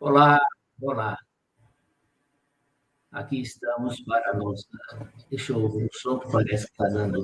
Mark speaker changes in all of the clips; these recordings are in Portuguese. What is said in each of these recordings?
Speaker 1: Olá, olá. Aqui estamos para a nossa. Deixa eu ver o som que parece que está dando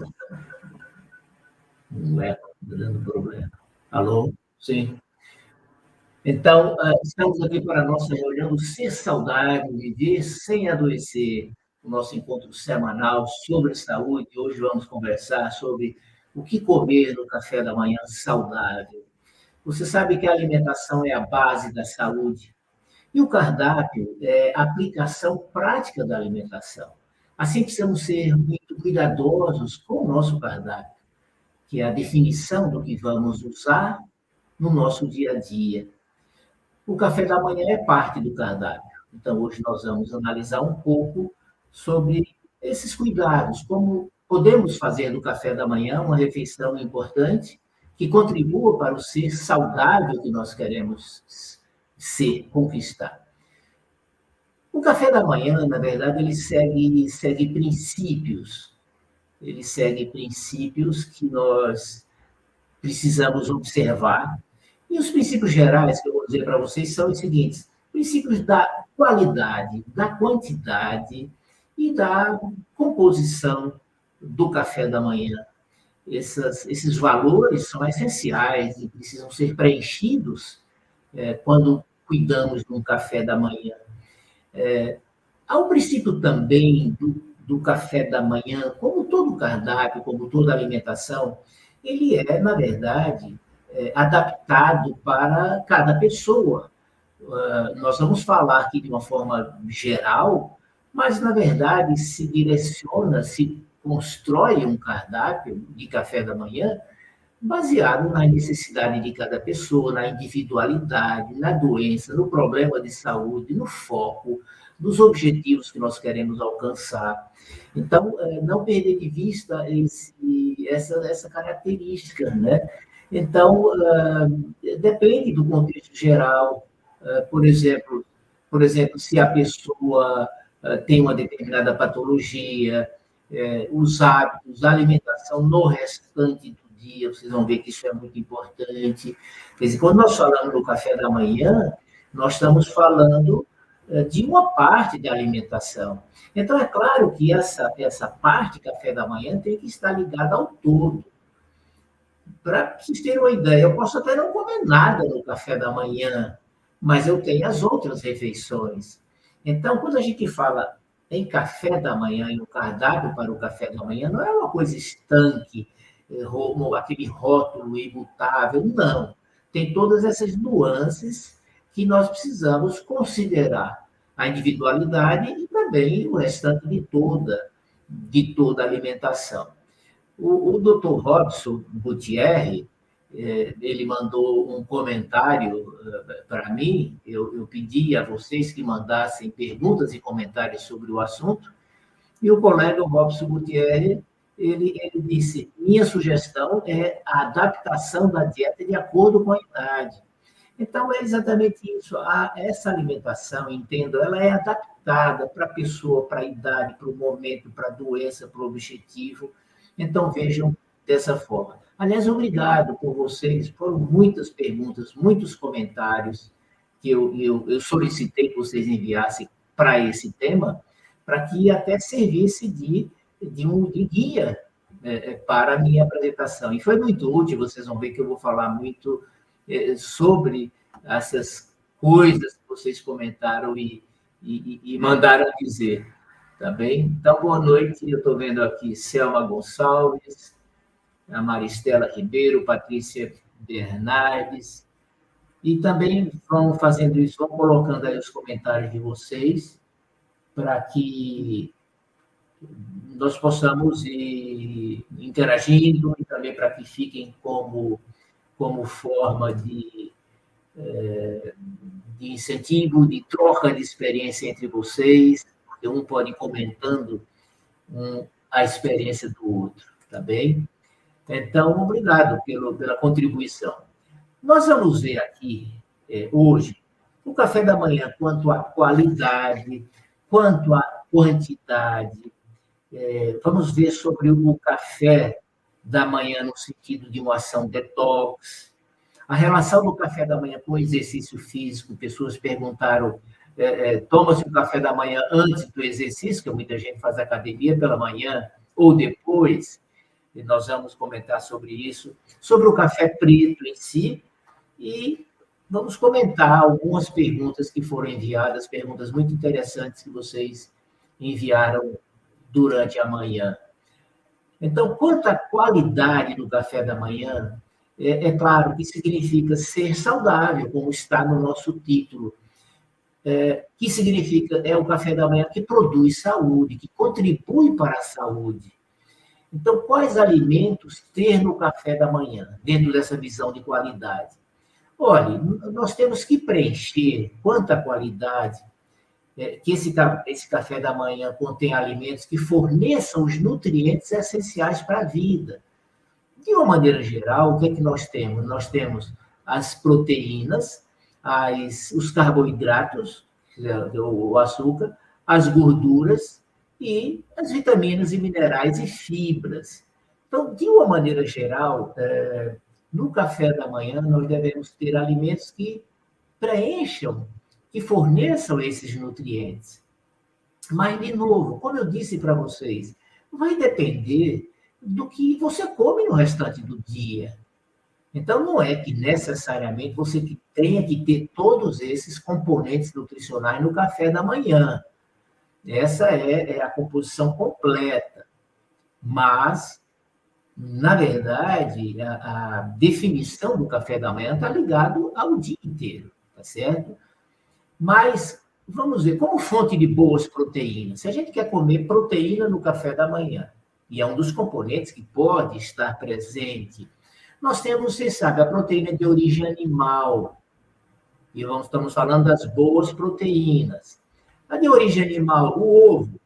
Speaker 1: um eco, está dando problema. Alô? Sim. Então, estamos aqui para a nossa reunião do Ser Saudável, Viver Sem Adoecer, o nosso encontro semanal sobre saúde. Hoje vamos conversar sobre o que comer no café da manhã saudável. Você sabe que a alimentação é a base da saúde. E o cardápio é a aplicação prática da alimentação. Assim, precisamos ser muito cuidadosos com o nosso cardápio, que é a definição do que vamos usar no nosso dia a dia. O café da manhã é parte do cardápio. Então, hoje nós vamos analisar um pouco sobre esses cuidados, como podemos fazer do café da manhã uma refeição importante que contribua para o ser saudável que nós queremos ser, conquistar. O café da manhã, na verdade, ele segue princípios. Ele segue princípios que nós precisamos observar. E os princípios gerais que eu vou dizer para vocês são os seguintes: princípios da qualidade, da quantidade e da composição do café da manhã. Esses valores são essenciais e precisam ser preenchidos quando cuidamos de um café da manhã. Há um princípio também do café da manhã, como todo cardápio, como toda alimentação, ele é, na verdade, adaptado para cada pessoa. Nós vamos falar aqui de uma forma geral, mas, na verdade, se direciona, se constrói um cardápio de café da manhã baseado na necessidade de cada pessoa, na individualidade, na doença, no problema de saúde, no foco, nos objetivos que nós queremos alcançar. Então, não perder de vista essa característica, né? Então, depende do contexto geral. Por exemplo, se a pessoa tem uma determinada patologia, os hábitos, a alimentação no restante do dia, vocês vão ver que isso é muito importante. Quer dizer, quando nós falamos do café da manhã, nós estamos falando de uma parte da alimentação. Então, é claro que essa parte, café da manhã, tem que estar ligada ao todo. Para vocês terem uma ideia, eu posso até não comer nada no café da manhã, mas eu tenho as outras refeições. Então, quando a gente fala em café da manhã, em um cardápio para o café da manhã, não é uma coisa estanque, aquele rótulo imutável, não. Tem todas essas nuances que nós precisamos considerar. A individualidade e também o restante de toda a alimentação. O Dr. Robson Gutierrez, ele mandou um comentário para mim. Eu pedi a vocês que mandassem perguntas e comentários sobre o assunto, e o colega Robson Gutierrez, ele disse: minha sugestão é a adaptação da dieta de acordo com a idade. Então, é exatamente isso. Essa alimentação, entendo, ela é adaptada para a pessoa, para a idade, para o momento, para a doença, para o objetivo. Então, vejam dessa forma. Aliás, obrigado por vocês. Foram muitas perguntas, muitos comentários que eu solicitei que vocês enviassem para esse tema, para que até servisse de guia para a minha apresentação. E foi muito útil, vocês vão ver que eu vou falar muito sobre essas coisas que vocês comentaram e mandaram dizer, tá bem? Então, boa noite. Eu estou vendo aqui Selma Gonçalves, a Maristela Ribeiro, Patrícia Bernardes, e também vão fazendo isso, vão colocando aí os comentários de vocês, para que nós possamos ir interagindo e também para que fiquem como forma de incentivo, de troca de experiência entre vocês, porque um pode ir comentando a experiência do outro, tá bem? Então, obrigado pela contribuição. Nós vamos ver aqui, hoje, o café da manhã, quanto à qualidade, quanto à quantidade. Vamos ver sobre o café da manhã no sentido de uma ação detox, A relação do café da manhã com o exercício físico, pessoas perguntaram, toma-se o café da manhã antes do exercício, que muita gente faz academia pela manhã ou depois, e nós vamos comentar sobre isso, sobre o café preto em si, e vamos comentar algumas perguntas que foram enviadas, perguntas muito interessantes que vocês enviaram durante a manhã. Então, quanto à qualidade do café da manhã, é claro que significa ser saudável, como está no nosso título. Que significa o café da manhã que produz saúde, que contribui para a saúde. Então, quais alimentos ter no café da manhã, dentro dessa visão de qualidade? Olha, nós temos que preencher quanta qualidade que esse café da manhã contém alimentos que forneçam os nutrientes essenciais para a vida. De uma maneira geral, o que é que nós temos? Nós temos as proteínas, os carboidratos, o açúcar, as gorduras e as vitaminas e minerais e fibras. Então, de uma maneira geral, no café da manhã, nós devemos ter alimentos que preencham, que forneçam esses nutrientes. Mas, de novo, como eu disse para vocês, vai depender do que você come no restante do dia. Então, não é que necessariamente você tenha que ter todos esses componentes nutricionais no café da manhã. Essa é a composição completa. Mas, na verdade, a definição do café da manhã está ligado ao dia inteiro, tá certo? Mas, vamos ver, como fonte de boas proteínas, se a gente quer comer proteína no café da manhã, e é um dos componentes que pode estar presente, nós temos, você sabe, a proteína de origem animal, e estamos falando das boas proteínas. A de origem animal, o ovo,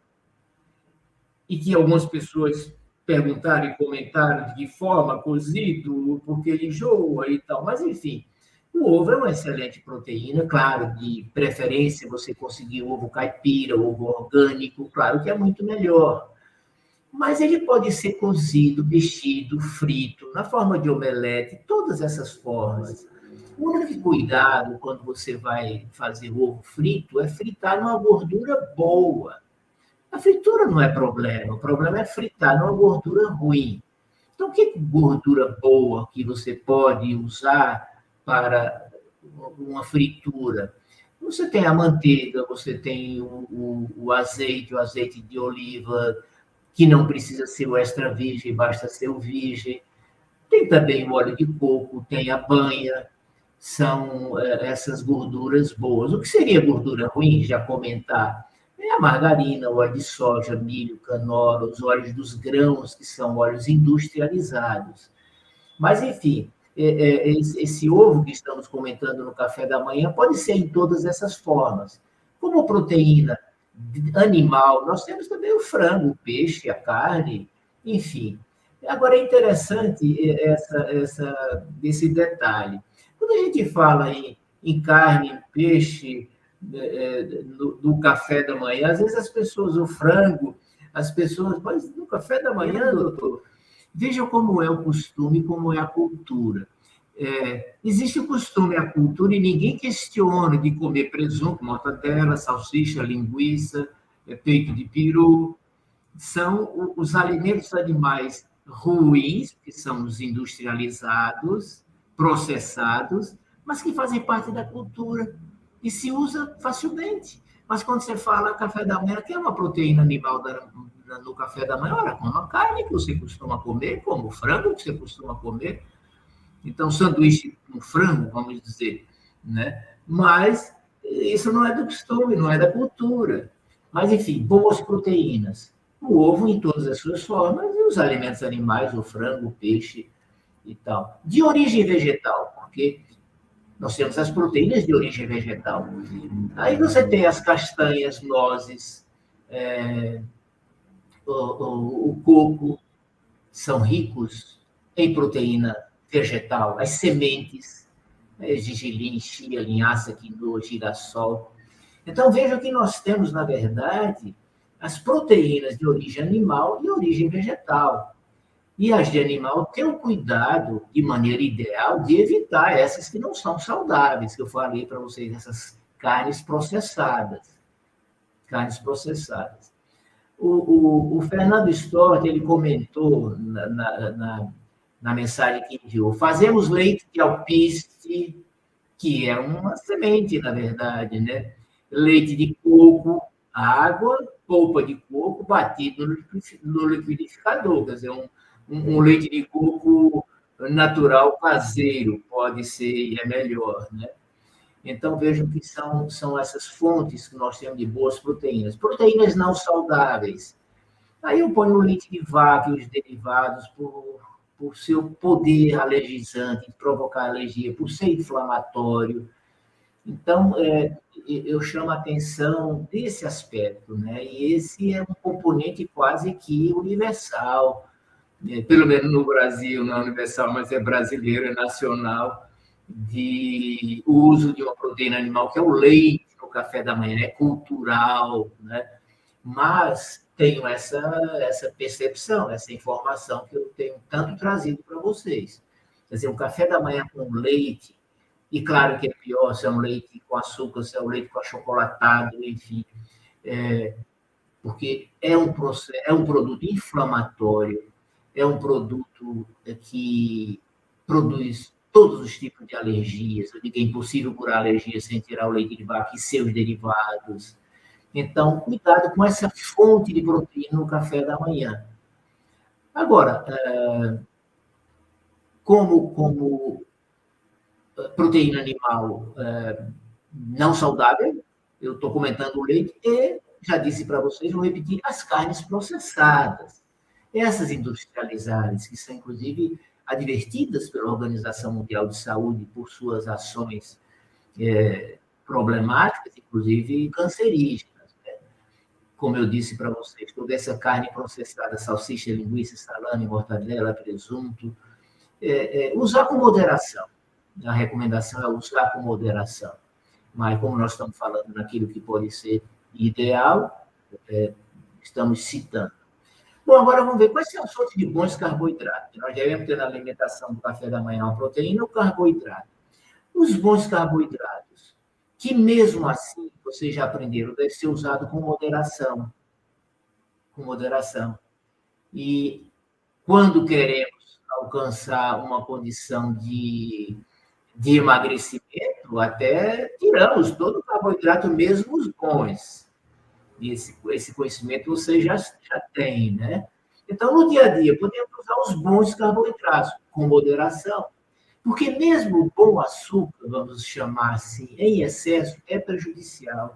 Speaker 1: e que algumas pessoas perguntaram e comentaram de que forma, cozido, porque ele enjoa e tal, mas enfim, o ovo é uma excelente proteína, claro, de preferência você conseguir ovo caipira, ovo orgânico, claro que é muito melhor. Mas ele pode ser cozido, mexido, frito, na forma de omelete, todas essas formas. O único cuidado quando você vai fazer ovo frito é fritar numa gordura boa. A fritura não é problema, o problema é fritar numa gordura ruim. Então, que gordura boa que você pode usar para uma fritura? Você tem a manteiga, você tem o azeite de oliva, que não precisa ser o extra virgem, basta ser o virgem. Tem também o óleo de coco, tem a banha, são essas gorduras boas. O que seria gordura ruim, já comentar? É a margarina, o óleo de soja, milho, canola, os óleos dos grãos, que são óleos industrializados. Mas, enfim, esse ovo que estamos comentando no café da manhã pode ser em todas essas formas. Como proteína animal, nós temos também o frango, o peixe, a carne, enfim. Agora, é interessante esse detalhe. Quando a gente fala em carne, em peixe, no café da manhã, às vezes as pessoas, o frango, as pessoas, mas no café da manhã, doutor, vejam como é o costume, como é a cultura. Existe o costume, a cultura, e ninguém questiona de comer presunto, mortadela, salsicha, linguiça, peito de peru. São os alimentos animais ruins, que são os industrializados, processados, mas que fazem parte da cultura e se usa facilmente. Mas quando você fala café da manhã, que é uma proteína animal no café da manhã, olha, como a carne que você costuma comer, como o frango que você costuma comer. Então, sanduíche com frango, vamos dizer, né? Mas isso não é do costume, não é da cultura. Mas, enfim, boas proteínas. O ovo em todas as suas formas e os alimentos animais, o frango, o peixe e tal. De origem vegetal, porque nós temos as proteínas de origem vegetal. Aí você tem as castanhas, nozes, o coco, são ricos em proteína vegetal. As sementes, gergelim, chia, linhaça, quinoa, girassol. Então, vejam que nós temos, na verdade, as proteínas de origem animal e origem vegetal. E as de animal, ter o cuidado, de maneira ideal, de evitar essas que não são saudáveis, que eu falei para vocês, essas carnes processadas. Carnes processadas. O Fernando Stott, ele comentou na mensagem que enviou, fazemos leite de alpiste, que é uma semente, na verdade, né? Leite de coco, água, polpa de coco batido no liquidificador, quer dizer, um leite de coco natural caseiro, pode ser e é melhor, né? Então, vejam que são essas fontes que nós temos de boas proteínas. Proteínas não saudáveis. Aí eu ponho o leite de vaca e os derivados por seu poder alergizante, provocar alergia, por ser inflamatório. Então, eu chamo a atenção desse aspecto, né? E esse é um componente quase que universal, né? Pelo menos no Brasil, não é universal, mas é brasileiro, é nacional, de uso de uma proteína animal, que é o leite no café da manhã, é cultural, né? Mas tenho essa percepção, essa informação que eu tenho tanto trazido para vocês. Quer dizer, um café da manhã com leite, e claro que é pior se é um leite com açúcar, se é um leite com achocolatado, enfim, porque é um produto inflamatório, é um produto que produz todos os tipos de alergias. Eu digo que é impossível curar alergia sem tirar o leite de vaca e seus derivados. Então, cuidado com essa fonte de proteína no café da manhã. Agora, como proteína animal não saudável, eu estou comentando o leite e já disse para vocês, vou repetir, as carnes processadas. Essas industrializadas, que são, inclusive, advertidas pela Organização Mundial de Saúde por suas ações problemáticas, inclusive cancerígenas. Como eu disse para vocês, toda essa carne processada, salsicha, linguiça, salame, mortadela, presunto, usar com moderação. A recomendação é usar com moderação. Mas como nós estamos falando naquilo que pode ser ideal, estamos citando. Bom, agora vamos ver quais são as fontes de bons carboidratos. Nós devemos ter na alimentação do café da manhã uma proteína ou carboidrato. Os bons carboidratos, que mesmo assim, vocês já aprenderam, deve ser usado com moderação. Com moderação. E quando queremos alcançar uma condição de emagrecimento, até tiramos todo o carboidrato, mesmo os bons. Esse conhecimento você já tem, né? Então, no dia a dia, podemos usar os bons carboidratos, com moderação. Porque mesmo o bom açúcar, vamos chamar assim, em excesso, é prejudicial.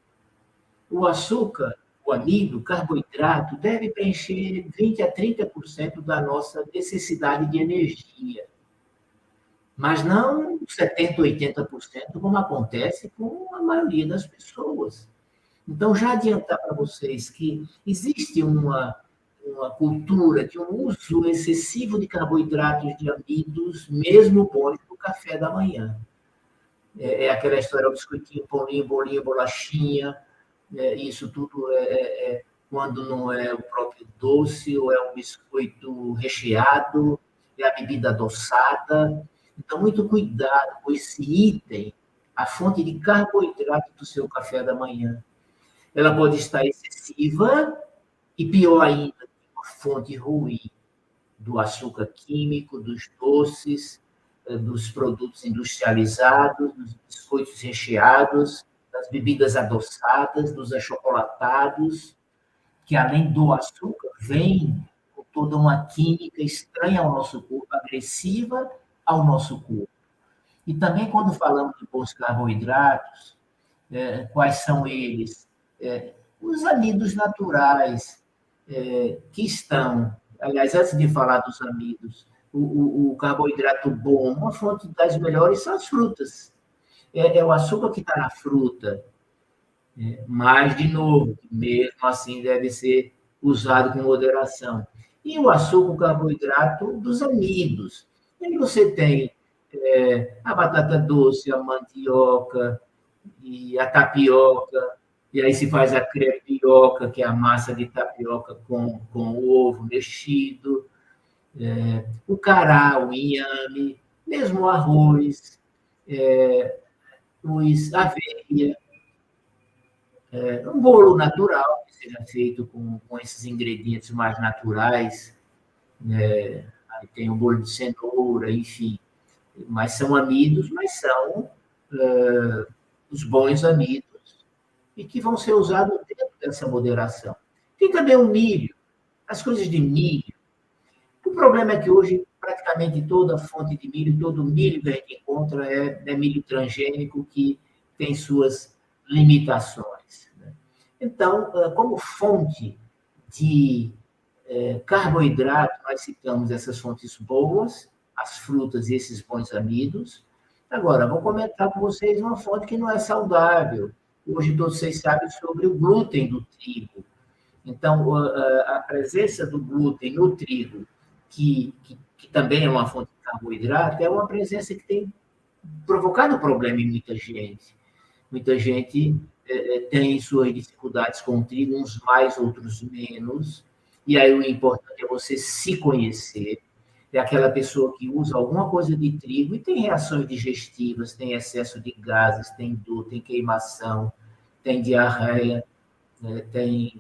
Speaker 1: O açúcar, o amido, o carboidrato, deve preencher 20% a 30% da nossa necessidade de energia. Mas não 70%, 80%, como acontece com a maioria das pessoas. Então, já adiantar para vocês que existe uma cultura de um uso excessivo de carboidratos, de amidos, mesmo bons no café da manhã. É aquela história, o biscoitinho, pãozinho, bolinho, bolachinha, isso tudo quando não é o próprio doce, ou é um biscoito recheado, é a bebida adoçada. Então, muito cuidado com esse item, a fonte de carboidrato do seu café da manhã. Ela pode estar excessiva e, pior ainda, uma fonte ruim do açúcar químico, dos doces, dos produtos industrializados, dos biscoitos recheados, das bebidas adoçadas, dos achocolatados, que além do açúcar, vem com toda uma química estranha ao nosso corpo, agressiva ao nosso corpo. E também quando falamos de bons carboidratos, quais são eles? Os amidos naturais que estão, aliás, antes de falar dos amidos, o carboidrato bom, uma fonte das melhores são as frutas. É o açúcar que está na fruta, mas, de novo, mesmo assim deve ser usado com moderação. E o açúcar, o carboidrato dos amidos. E aí você tem a batata doce, a mandioca e a tapioca, e aí se faz a crepioca, que é a massa de tapioca com ovo mexido. o cará, o inhame, mesmo o arroz, a aveia, um bolo natural que seja feito com esses ingredientes mais naturais, né? Aí tem o bolo de cenoura, enfim, mas são amidos, mas são os bons amidos e que vão ser usados dentro dessa moderação. Tem também o milho, as coisas de milho. O problema é que hoje praticamente toda fonte de milho, todo milho que a gente encontra é milho transgênico que tem suas limitações, né? Então, como fonte de carboidrato, nós citamos essas fontes boas, as frutas e esses bons amidos. Agora, vou comentar com vocês uma fonte que não é saudável. Hoje todos vocês sabem sobre o glúten do trigo. Então, a presença do glúten no trigo, que também é uma fonte de carboidrato, é uma presença que tem provocado problema em muita gente. Muita gente tem suas dificuldades com o trigo, uns mais, outros menos. E aí o importante é você se conhecer. É aquela pessoa que usa alguma coisa de trigo e tem reações digestivas, tem excesso de gases, tem dor, tem queimação, tem diarreia, né, tem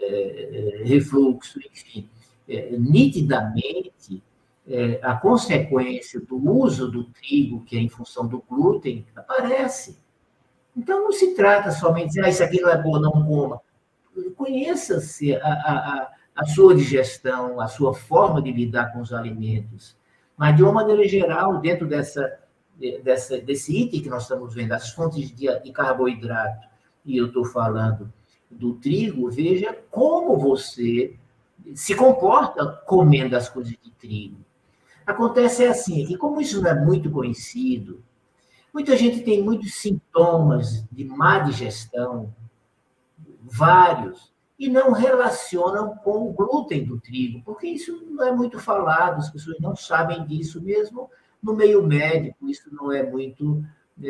Speaker 1: refluxo, enfim. Nitidamente, a consequência do uso do trigo, que é em função do glúten, aparece. Então, não se trata somente de, isso aqui não é bom, não coma. Conheça-se a sua digestão, a sua forma de lidar com os alimentos. Mas, de uma maneira geral, dentro desse item que nós estamos vendo, as fontes de carboidrato, e eu estou falando do trigo, veja como você se comporta comendo as coisas de trigo. Acontece assim, que como isso não é muito conhecido, muita gente tem muitos sintomas de má digestão, vários, e não relacionam com o glúten do trigo, porque isso não é muito falado, as pessoas não sabem disso mesmo no meio médico, isso não é muito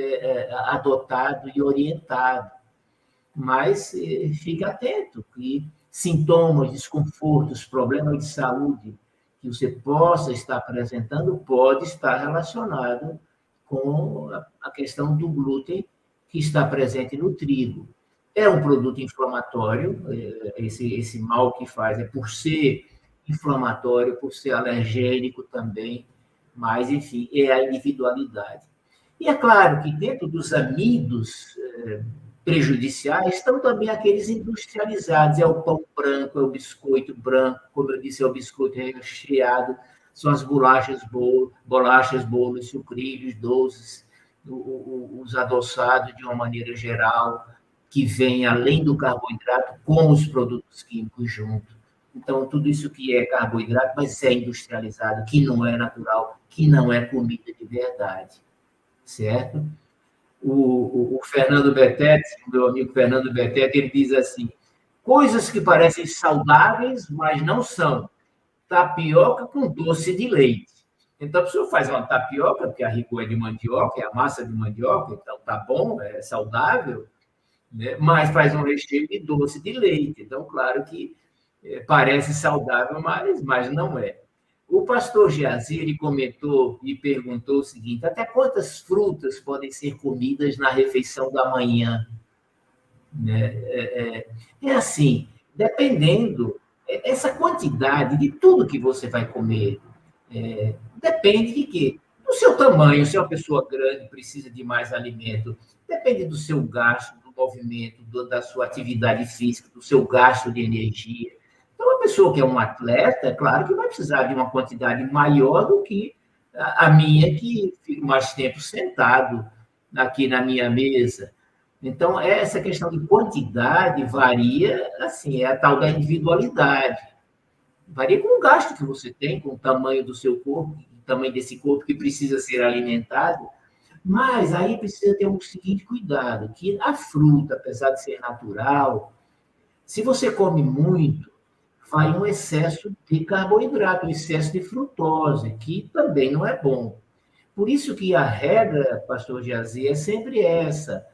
Speaker 1: adotado e orientado. Mas fique atento que sintomas, desconfortos, problemas de saúde que você possa estar apresentando pode estar relacionado com a questão do glúten que está presente no trigo. É um produto inflamatório, esse mal que faz é por ser inflamatório, por ser alergênico também, mas, enfim, é a individualidade. E é claro que dentro dos amidos prejudiciais estão também aqueles industrializados, é o pão branco, é o biscoito branco, como eu disse, é o biscoito recheado, são as bolachas, bolos, sucrilhos, doces, os adoçados de uma maneira geral, que vem além do carboidrato com os produtos químicos junto. Então, tudo isso que é carboidrato, mas é industrializado, que não é natural, que não é comida de verdade, certo? O Fernando Betete, o meu amigo Fernando Betete, ele diz assim, coisas que parecem saudáveis, mas não são. Tapioca com doce de leite. Então, a pessoa faz uma tapioca, porque a rigor é de mandioca, é a massa de mandioca, então tá bom, é saudável, né? Mas faz um recheio de doce de leite. Então, claro que parece saudável, mas não é. O pastor Geazi, ele comentou e perguntou o seguinte, até quantas frutas podem ser comidas na refeição da manhã? Né? Assim, dependendo, essa quantidade de tudo que você vai comer, depende de quê? Do seu tamanho, se é uma pessoa grande, precisa de mais alimento, depende do seu gasto, do movimento, da sua atividade física, do seu gasto de energia. Então, uma pessoa que é um atleta, é claro que vai precisar de uma quantidade maior do que a minha, que fico mais tempo sentado aqui na minha mesa. Então, essa questão de quantidade varia, assim, é a tal da individualidade. Varia com o gasto que você tem, com o tamanho do seu corpo, o tamanho desse corpo que precisa ser alimentado. Mas aí precisa ter um seguinte cuidado, que a fruta, apesar de ser natural, se você come muito, vai um excesso de carboidrato, um excesso de frutose, que também não é bom. Por isso que a regra, pastor Geazi, é sempre essa,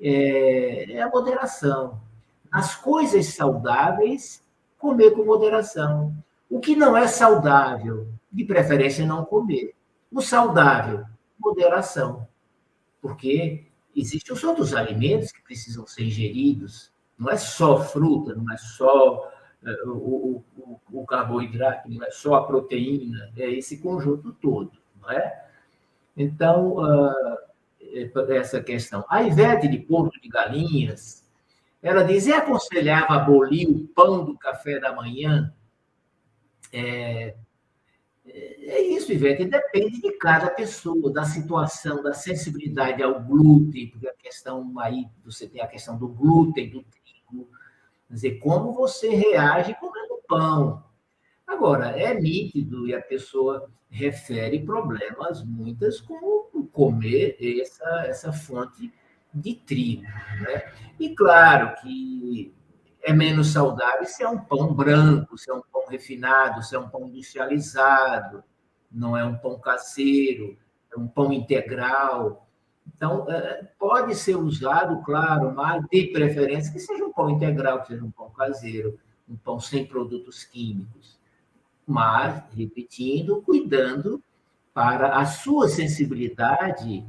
Speaker 1: a moderação. As coisas saudáveis, comer com moderação. O que não é saudável, de preferência não comer. O saudável, moderação, porque existem os outros alimentos que precisam ser ingeridos, não é só fruta, não é só o carboidrato, não é só a proteína, é esse conjunto todo, não é? Então, essa questão. A Ivete de Porto de Galinhas, ela diz, é aconselhável abolir o pão do café da manhã? É isso, Ivete, depende de cada pessoa, da situação, da sensibilidade ao glúten, porque a questão aí, você tem a questão do glúten, do trigo, quer dizer, como você reage comendo pão. Agora, é nítido e a pessoa refere problemas muitas com comer essa fonte de trigo, né? E claro que é menos saudável se é um pão branco, se é um pão refinado, se é um pão industrializado, não é um pão caseiro, é um pão integral. Então, pode ser usado, claro, mas de preferência que seja um pão integral, que seja um pão caseiro, um pão sem produtos químicos. Mas, repetindo, cuidando para a sua sensibilidade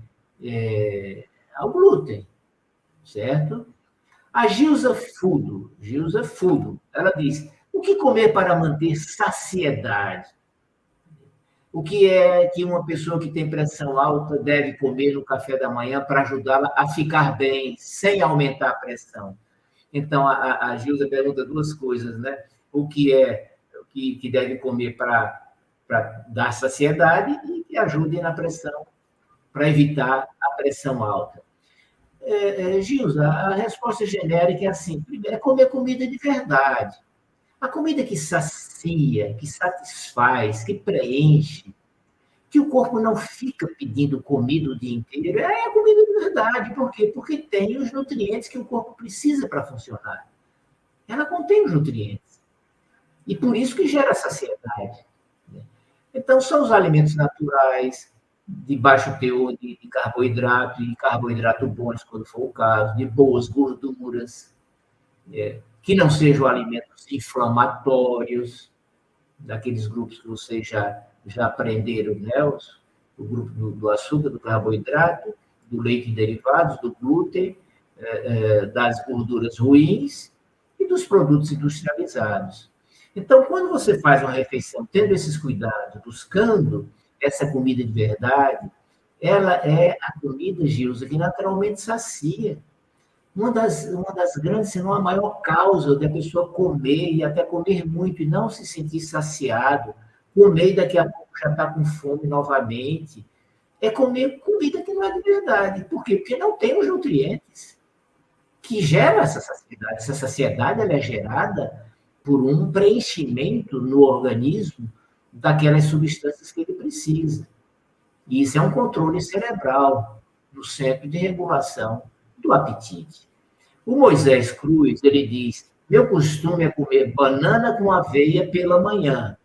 Speaker 1: ao glúten, certo? A Gilza Fudo, ela diz: o que comer para manter saciedade? O que é que uma pessoa que tem pressão alta deve comer no café da manhã para ajudá-la a ficar bem, sem aumentar a pressão? Então, a Gilza pergunta duas coisas, né? O que é que deve comer para dar saciedade e que ajude na pressão, para evitar a pressão alta. Gilza, a resposta genérica é assim: primeiro, é comer comida de verdade. A comida que sacia, que satisfaz, que preenche, que o corpo não fica pedindo comida o dia inteiro, é a comida de verdade. Por quê? Porque tem os nutrientes que o corpo precisa para funcionar. Ela contém os nutrientes. E por isso que gera saciedade. Então, são os alimentos naturais, de baixo teor de carboidrato, e carboidrato bons, quando for o caso, de boas gorduras, que não sejam alimentos inflamatórios, daqueles grupos que vocês já aprenderam, né? O grupo do açúcar, do carboidrato, do leite e derivados, do glúten, das gorduras ruins e dos produtos industrializados. Então, quando você faz uma refeição tendo esses cuidados, buscando essa comida de verdade, ela é a comida, Gilza, que naturalmente sacia. Uma das grandes, se não a maior causa da pessoa comer e até comer muito e não se sentir saciado, comer e daqui a pouco já está com fome novamente, é comer comida que não é de verdade. Por quê? Porque não tem os nutrientes que geram essa saciedade. Essa saciedade ela é gerada por um preenchimento no organismo daquelas substâncias que ele precisa. E isso é um controle cerebral no centro de regulação do apetite. O Moisés Cruz, ele diz: meu costume é comer banana com aveia pela manhã.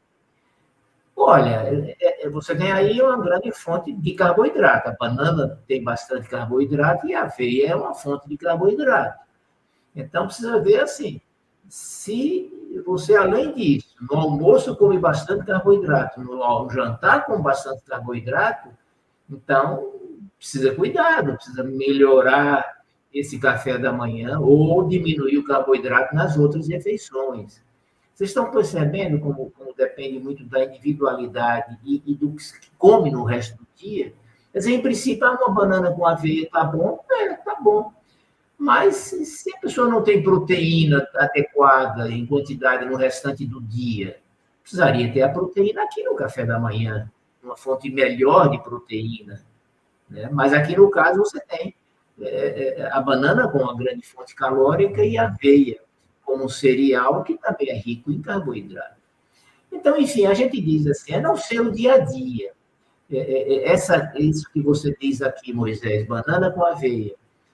Speaker 1: Olha, você tem aí uma grande fonte de carboidrato. A banana tem bastante carboidrato e a aveia é uma fonte de carboidrato. Então, precisa ver assim, se você, além disso, no almoço come bastante carboidrato, no jantar come bastante carboidrato, então precisa cuidado, precisa melhorar esse café da manhã ou diminuir o carboidrato nas outras refeições. Vocês estão percebendo como depende muito da individualidade e do que se come no resto do dia? Quer dizer, em princípio, uma banana com aveia está bom? Está bom. Mas se a pessoa não tem proteína adequada em quantidade no restante do dia, precisaria ter a proteína aqui no café da manhã, uma fonte melhor de proteína. Né? Mas aqui no caso você tem a banana com uma grande fonte calórica e a aveia como um cereal que também é rico em carboidrato. Então, enfim, a gente diz assim, é não ser o dia a dia. Isso que você diz aqui, Moisés, banana com aveia,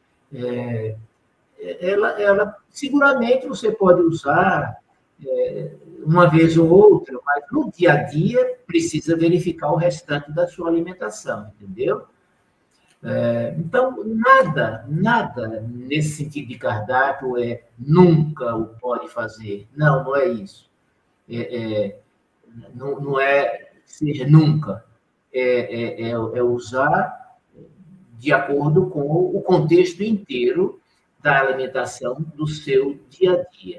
Speaker 1: ela seguramente você pode usar uma vez ou outra, mas no dia a dia precisa verificar o restante da sua alimentação, entendeu? Então, nada nesse sentido de cardápio nunca o pode fazer. Não é isso. Não é ser nunca. É usar de acordo com o contexto inteiro da alimentação do seu dia a dia.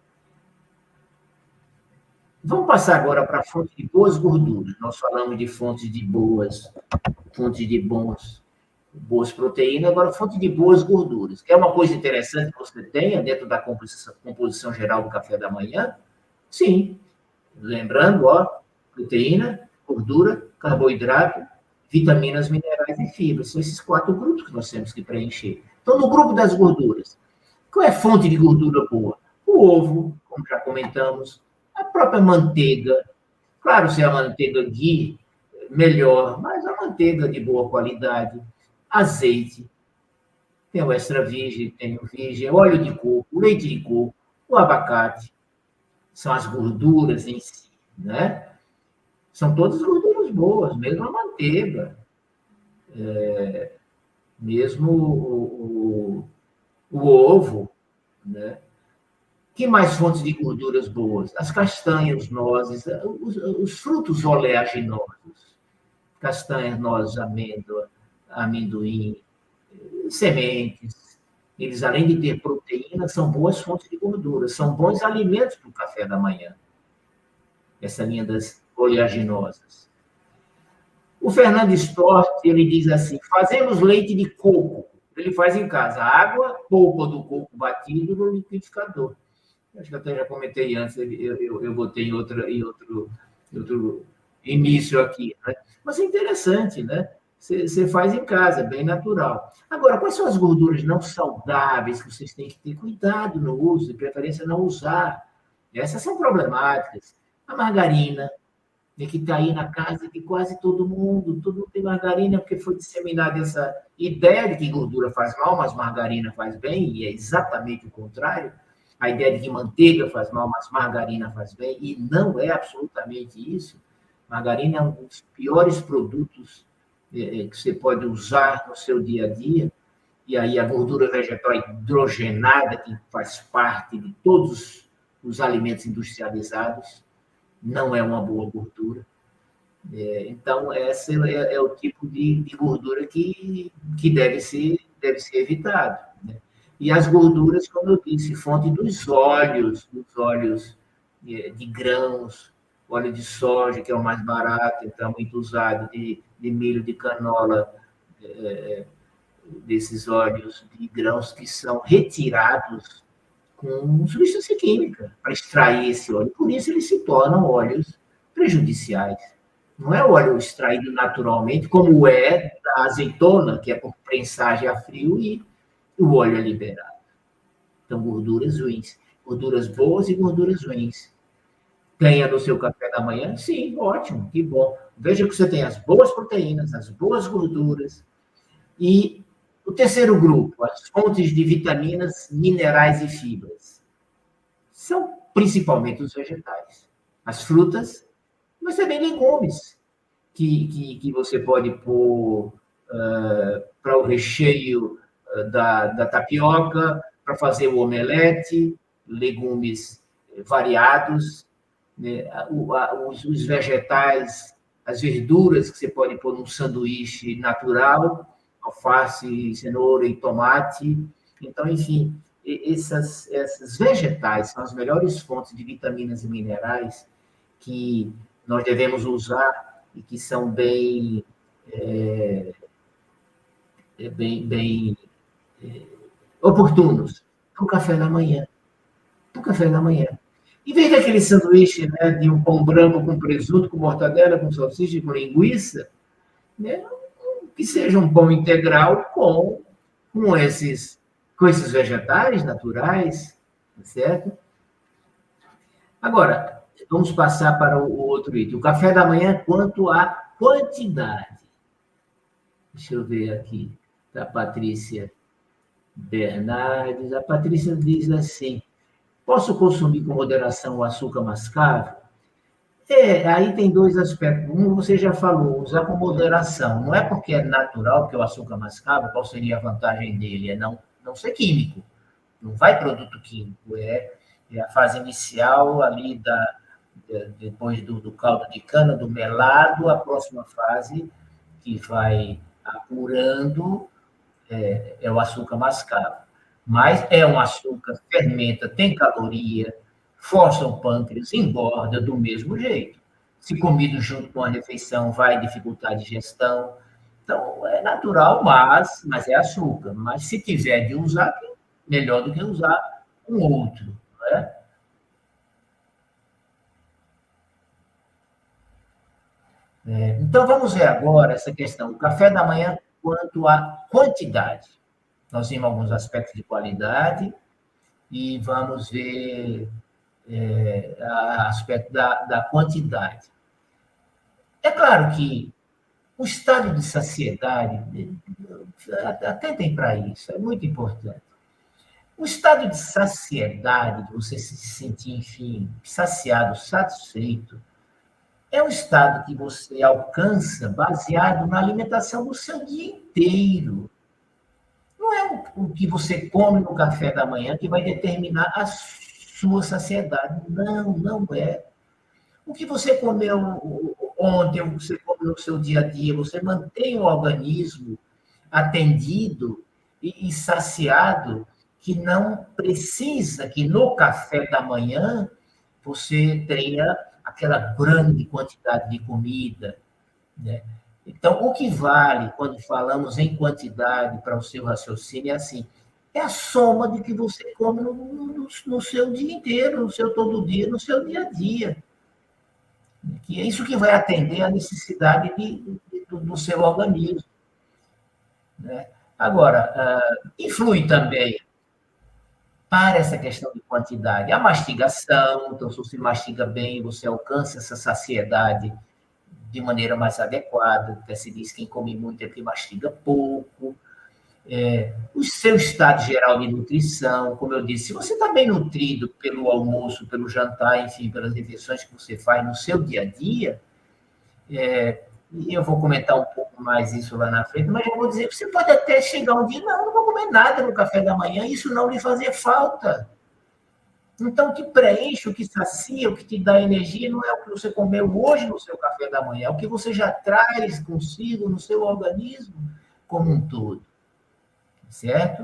Speaker 1: Vamos passar agora para a fonte de boas gorduras. Nós falamos de fontes de boas proteínas, agora fonte de boas gorduras. Que é uma coisa interessante que você tenha dentro da composição geral do café da manhã? Sim. Lembrando, proteína, gordura, carboidrato, vitaminas, minerais e fibras. São esses 4 grupos que nós temos que preencher. Então, no grupo das gorduras, qual é a fonte de gordura boa? O ovo, como já comentamos, a própria manteiga. Claro, se é a manteiga ghee, melhor, mas a manteiga de boa qualidade, azeite, tem o extra virgem, tem o virgem, óleo de coco, leite de coco, o abacate, são as gorduras em si, né? São todas gorduras boas, mesmo a manteiga, mesmo o ovo, né? Que mais fontes de gorduras boas? As castanhas, nozes, os frutos oleaginosos, castanhas, nozes, amêndoa, amendoim, sementes. Eles, além de ter proteína, são boas fontes de gordura, são bons alimentos para o café da manhã. Essa linha das oleaginosas. O Fernando Storch, ele diz assim, fazemos leite de coco. Ele faz em casa água, polpa do coco batido no liquidificador. Acho que até já comentei antes, eu botei em outro início aqui. Né? Mas é interessante, né? Você faz em casa, bem natural. Agora, quais são as gorduras não saudáveis que vocês têm que ter cuidado no uso, de preferência não usar? Essas são problemáticas. A margarina, que está aí na casa de quase todo mundo tem margarina, porque foi disseminada essa ideia de que gordura faz mal, mas margarina faz bem, e é exatamente o contrário. A ideia de que manteiga faz mal, mas margarina faz bem, e não é absolutamente isso. Margarina é um dos piores produtos que você pode usar no seu dia a dia, e aí a gordura vegetal hidrogenada, que faz parte de todos os alimentos industrializados, não é uma boa gordura. Então, esse é o tipo de gordura que deve ser evitado. Né? E as gorduras, como eu disse, fonte dos óleos de grãos, óleo de soja, que é o mais barato, então, muito usado, de milho, de canola, desses óleos de grãos que são retirados com substância química para extrair esse óleo. Por isso, eles se tornam óleos prejudiciais. Não é o óleo extraído naturalmente, como é da azeitona, que é por prensagem a frio, e o óleo é liberado. Então, gorduras ruins. Gorduras boas e gorduras ruins. Ganha no seu café da manhã? Sim, ótimo, que bom. Veja que você tem as boas proteínas, as boas gorduras. E o terceiro grupo, as fontes de vitaminas, minerais e fibras. São principalmente os vegetais. As frutas, mas também legumes, que você pode pôr para o recheio da tapioca, para fazer o omelete, legumes variados, né? Os vegetais, as verduras que você pode pôr num sanduíche natural, alface, cenoura e tomate. Então, enfim, esses vegetais são as melhores fontes de vitaminas e minerais que nós devemos usar e que são bem oportunos para o café da manhã. Para o café da manhã. Em vez daquele sanduíche, né, de um pão branco com presunto, com mortadela, com salsicha, com linguiça, né, que seja um pão integral com esses vegetais naturais, certo? Agora, vamos passar para o outro item. O café da manhã quanto à quantidade. Deixa eu ver aqui, da Patrícia Bernardes. A Patrícia diz assim, posso consumir com moderação o açúcar mascavo? Aí tem dois aspectos. Um, você já falou, usar com moderação. Não é porque é natural, porque o açúcar mascavo, qual seria a vantagem dele? É não ser químico. Não vai produto químico. É a fase inicial ali depois do caldo de cana, do melado, a próxima fase que vai apurando é o açúcar mascavo. Mas é um açúcar, fermenta, tem caloria, força o pâncreas, engorda do mesmo jeito. Se comido junto com a refeição, vai dificultar a digestão. Então, é natural, mas é açúcar. Mas se tiver de usar, melhor do que usar um outro. Né? Então, vamos ver agora essa questão, o café da manhã quanto à quantidade. Nós vimos alguns aspectos de qualidade e vamos ver aspecto da quantidade. É claro que o estado de saciedade, atentem para isso, é muito importante. O estado de saciedade, de você se sentir, enfim, saciado, satisfeito, é um estado que você alcança baseado na alimentação do seu dia inteiro. Não é o que você come no café da manhã que vai determinar a sua saciedade. Não, não é. O que você comeu ontem, o que você come no seu dia a dia, você mantém o organismo atendido e saciado, que não precisa que no café da manhã você tenha aquela grande quantidade de comida, né? Então, o que vale quando falamos em quantidade para o seu raciocínio é assim, é a soma de que você come no seu dia inteiro, no seu todo dia, no seu dia a dia. Que é isso que vai atender à necessidade do seu organismo. Né? Agora, influi também para essa questão de quantidade a mastigação. Então, se você mastiga bem, você alcança essa saciedade de maneira mais adequada. Até se diz que quem come muito é porque mastiga pouco. O seu estado geral de nutrição, como eu disse, se você está bem nutrido pelo almoço, pelo jantar, enfim, pelas refeições que você faz no seu dia a dia, e eu vou comentar um pouco mais isso lá na frente, mas eu vou dizer que você pode até chegar um dia, não vou comer nada no café da manhã, isso não lhe fazer falta. Então, o que preenche, o que sacia, o que te dá energia, não é o que você comeu hoje no seu café da manhã, é o que você já traz consigo no seu organismo como um todo, certo?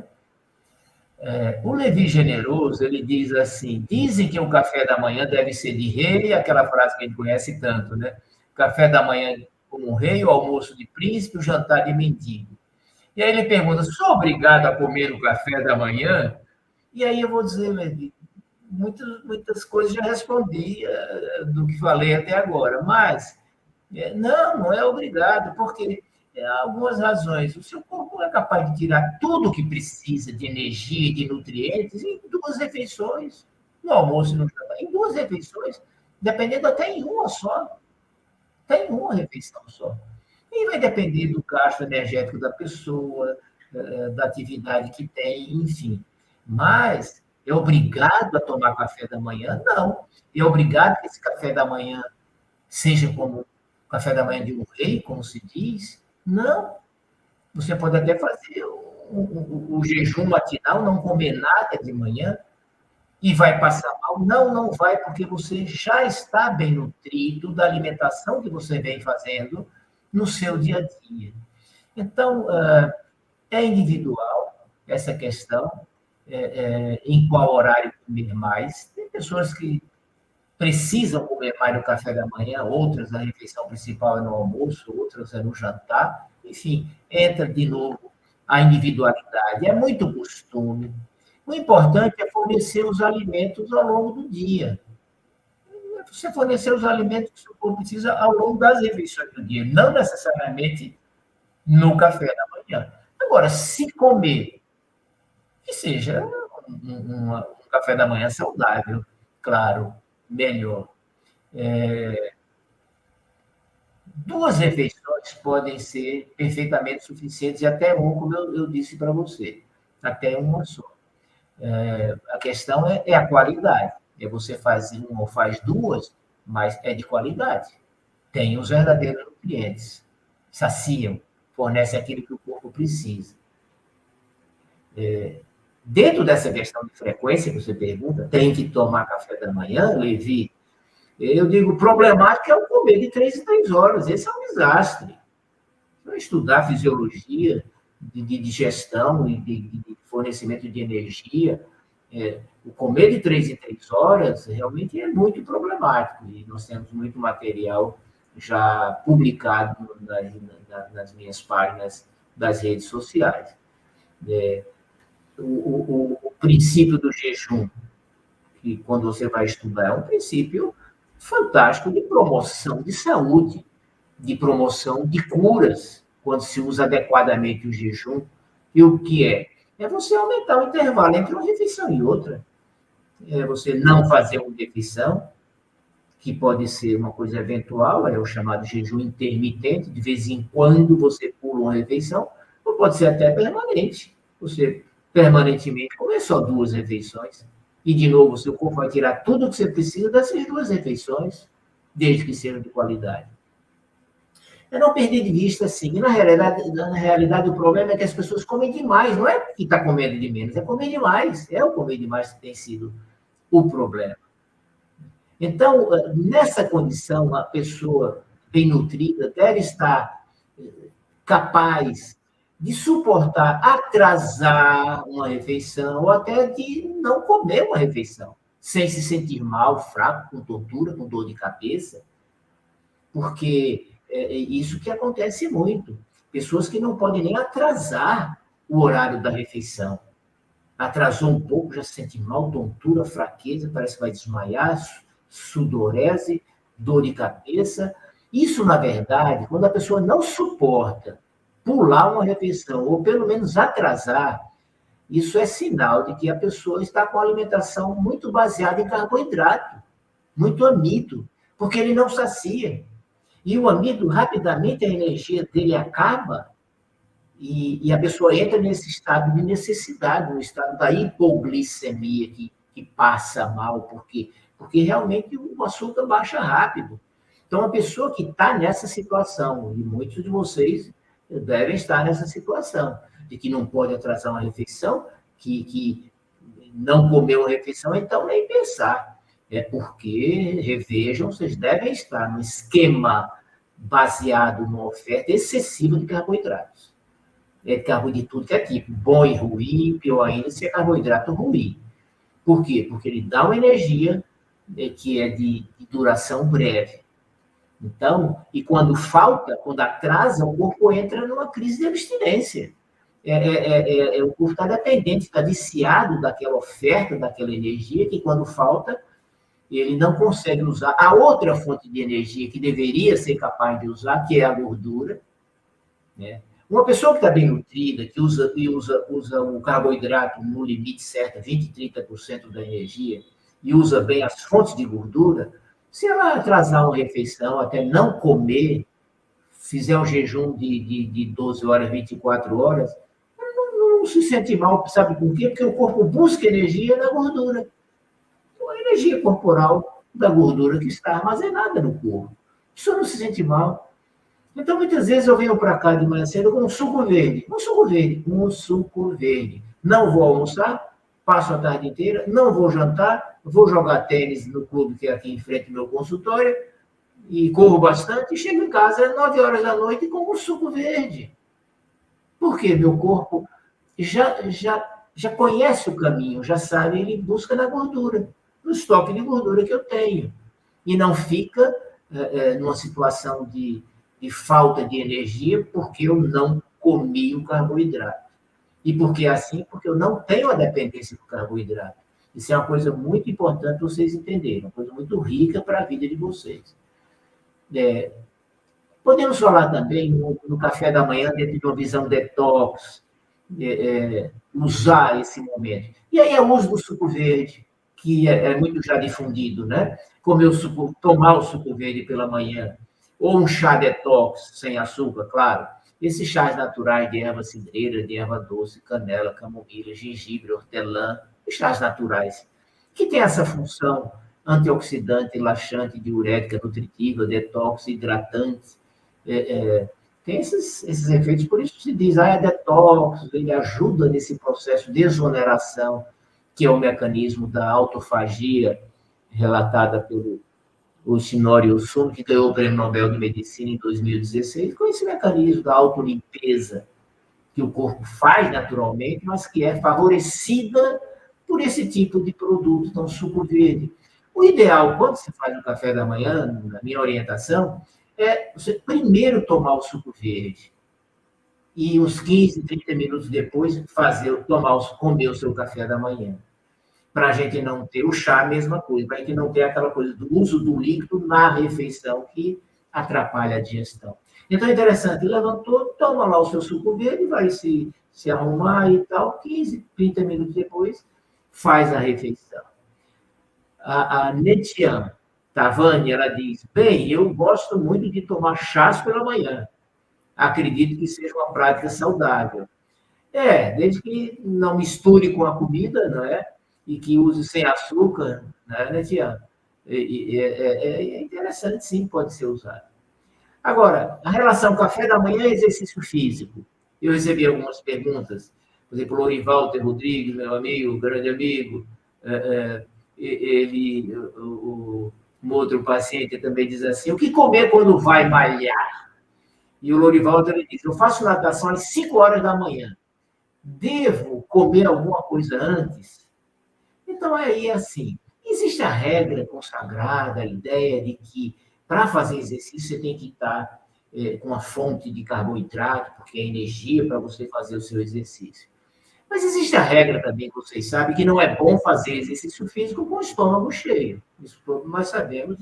Speaker 1: O Levi Generoso, ele diz assim, dizem que o café da manhã deve ser de rei, aquela frase que a gente conhece tanto, né? Café da manhã como um rei, o almoço de príncipe, o jantar de mendigo. E aí ele pergunta, sou obrigado a comer o café da manhã? E aí eu vou dizer, Levi, muitas coisas já respondi do que falei até agora, mas não é obrigado, porque há algumas razões. O seu corpo é capaz de tirar tudo o que precisa de energia e de nutrientes em duas refeições, no almoço e no jantar, em duas refeições, dependendo até em uma só, até em uma refeição só. E vai depender do gasto energético da pessoa, da atividade que tem, enfim. Mas é obrigado a tomar café da manhã? Não. É obrigado que esse café da manhã seja como o café da manhã de um rei, como se diz? Não. Você pode até fazer o jejum matinal, não comer nada de manhã, e vai passar mal? Não, não vai, porque você já está bem nutrido da alimentação que você vem fazendo no seu dia a dia. Então, é individual essa questão, em qual horário comer mais. Tem pessoas que precisam comer mais no café da manhã, outras a refeição principal é no almoço, outras é no jantar. Enfim, entra de novo a individualidade. É muito costume. O importante é fornecer os alimentos ao longo do dia. Você fornecer os alimentos que o seu corpo precisa ao longo das refeições do dia, não necessariamente no café da manhã. Agora, se comer, que seja um café da manhã saudável, claro, melhor. Duas refeições podem ser perfeitamente suficientes, e até uma, como eu disse para você, até uma só. A questão é a qualidade. Você faz uma ou faz duas, mas é de qualidade. Tem os verdadeiros nutrientes. Saciam, fornecem aquilo que o corpo precisa. Dentro dessa questão de frequência que você pergunta, tem que tomar café da manhã, Levi? Eu digo, problemático é o comer de 3 em 3 horas. Esse é um desastre. Vai estudar fisiologia de digestão e de fornecimento de energia. O comer de 3 em 3 horas realmente é muito problemático. E nós temos muito material já publicado nas minhas páginas das redes sociais. O princípio do jejum, que quando você vai estudar, é um princípio fantástico de promoção de saúde, de promoção de curas, quando se usa adequadamente o jejum. E o que é? É você aumentar o intervalo entre uma refeição e outra. É você não fazer uma refeição, que pode ser uma coisa eventual, é o chamado jejum intermitente, de vez em quando você pula uma refeição, ou pode ser até permanente. Você permanentemente comer só 2 refeições. E, de novo, o seu corpo vai tirar tudo o que você precisa dessas 2 refeições, desde que sejam de qualidade. É não perder de vista, assim, e na realidade, o problema é que as pessoas comem demais, não é que está comendo de menos, é comer demais. É o comer demais que tem sido o problema. Então, nessa condição, a pessoa bem nutrida deve estar capaz de suportar atrasar uma refeição ou até de não comer uma refeição, sem se sentir mal, fraco, com tortura, com dor de cabeça, porque é isso que acontece muito. Pessoas que não podem nem atrasar o horário da refeição. Atrasou um pouco, já se sente mal, tontura, fraqueza, parece que vai desmaiar, sudorese, dor de cabeça. Isso, na verdade, quando a pessoa não suporta pular uma refeição, ou pelo menos atrasar, isso é sinal de que a pessoa está com a alimentação muito baseada em carboidrato, muito amido, porque ele não sacia. E o amido, rapidamente, a energia dele acaba e a pessoa entra nesse estado de necessidade, no estado da hipoglicemia, que passa mal, porque realmente o açúcar baixa rápido. Então, a pessoa que está nessa situação, e muitos de vocês devem estar nessa situação, de que não pode atrasar uma refeição, que não comeu uma refeição, então nem pensar. É porque, revejam, vocês devem estar no esquema baseado numa oferta excessiva de carboidratos. É carboidrato de tudo que é tipo, bom e ruim, pior ainda se é carboidrato ruim. Por quê? Porque ele dá uma energia que é de duração breve. Então, e quando falta, quando atrasa, o corpo entra numa crise de abstinência. O corpo está dependente, está viciado daquela oferta, daquela energia, que quando falta, ele não consegue usar a outra fonte de energia que deveria ser capaz de usar, que é a gordura, né? Uma pessoa que está bem nutrida, que usa o carboidrato no limite certo, 20%, 30% da energia, e usa bem as fontes de gordura, se ela atrasar uma refeição, até não comer, fizer um jejum de 12 horas, 24 horas, não se sente mal, sabe por quê? Porque o corpo busca energia na gordura. Então, a energia corporal da gordura que está armazenada no corpo. A pessoa não se sente mal. Então, muitas vezes eu venho para cá de manhã cedo com um suco verde. Um suco verde. Não vou almoçar, passo a tarde inteira, não vou jantar, vou jogar tênis no clube que é aqui em frente ao meu consultório, e corro bastante, e chego em casa às 9 horas da noite com um suco verde. Por quê? Meu corpo já conhece o caminho, já sabe, ele busca na gordura, no estoque de gordura que eu tenho. E não fica numa situação de falta de energia porque eu não comi o carboidrato. E por que assim? Porque eu não tenho a dependência do carboidrato. Isso é uma coisa muito importante para vocês entenderem, uma coisa muito rica para a vida de vocês. Podemos falar também no café da manhã, dentro de uma visão detox, usar esse momento. E aí é o uso do suco verde, que é muito já difundido, né? Tomar o suco verde pela manhã, ou um chá detox, sem açúcar, claro. Esses chás naturais de erva cidreira, de erva doce, canela, camomila, gengibre, hortelã, chás naturais, que tem essa função antioxidante, laxante, diurética, nutritiva, detox, hidratante. Tem esses efeitos, por isso se diz, é detox, ele ajuda nesse processo de exoneração, que é o mecanismo da autofagia relatada o Shinori Ohsumi, que ganhou o Prêmio Nobel de Medicina em 2016, com esse mecanismo da autolimpeza que o corpo faz naturalmente, mas que é favorecida por esse tipo de produto, então suco verde. O ideal, quando se faz o café da manhã, na minha orientação, é você primeiro tomar o suco verde e uns 15, 30 minutos depois comer o seu café da manhã. Para a gente não ter o chá, a mesma coisa, para a gente não ter aquela coisa do uso do líquido na refeição que atrapalha a digestão. Então é interessante, levantou, toma lá o seu suco verde, vai se arrumar e tal, 15, 30 minutos depois, faz a refeição. A Netian Tavani, ela diz, bem, eu gosto muito de tomar chás pela manhã. Acredito que seja uma prática saudável. Desde que não misture com a comida, não é? E que use sem açúcar, né, Tiago? É interessante, sim, pode ser usado. Agora, a relação café da manhã e exercício físico. Eu recebi algumas perguntas, por exemplo, o Lorivalter Rodrigues, meu amigo, grande amigo, um outro paciente também diz assim, o que comer quando vai malhar? E o Lorivalter diz, eu faço natação às 5 horas da manhã. Devo comer alguma coisa antes? Então, aí, assim, existe a regra consagrada, a ideia de que para fazer exercício você tem que estar com uma fonte de carboidrato, porque é energia para você fazer o seu exercício. Mas existe a regra também, que vocês sabem, que não é bom fazer exercício físico com o estômago cheio. Isso todos nós sabemos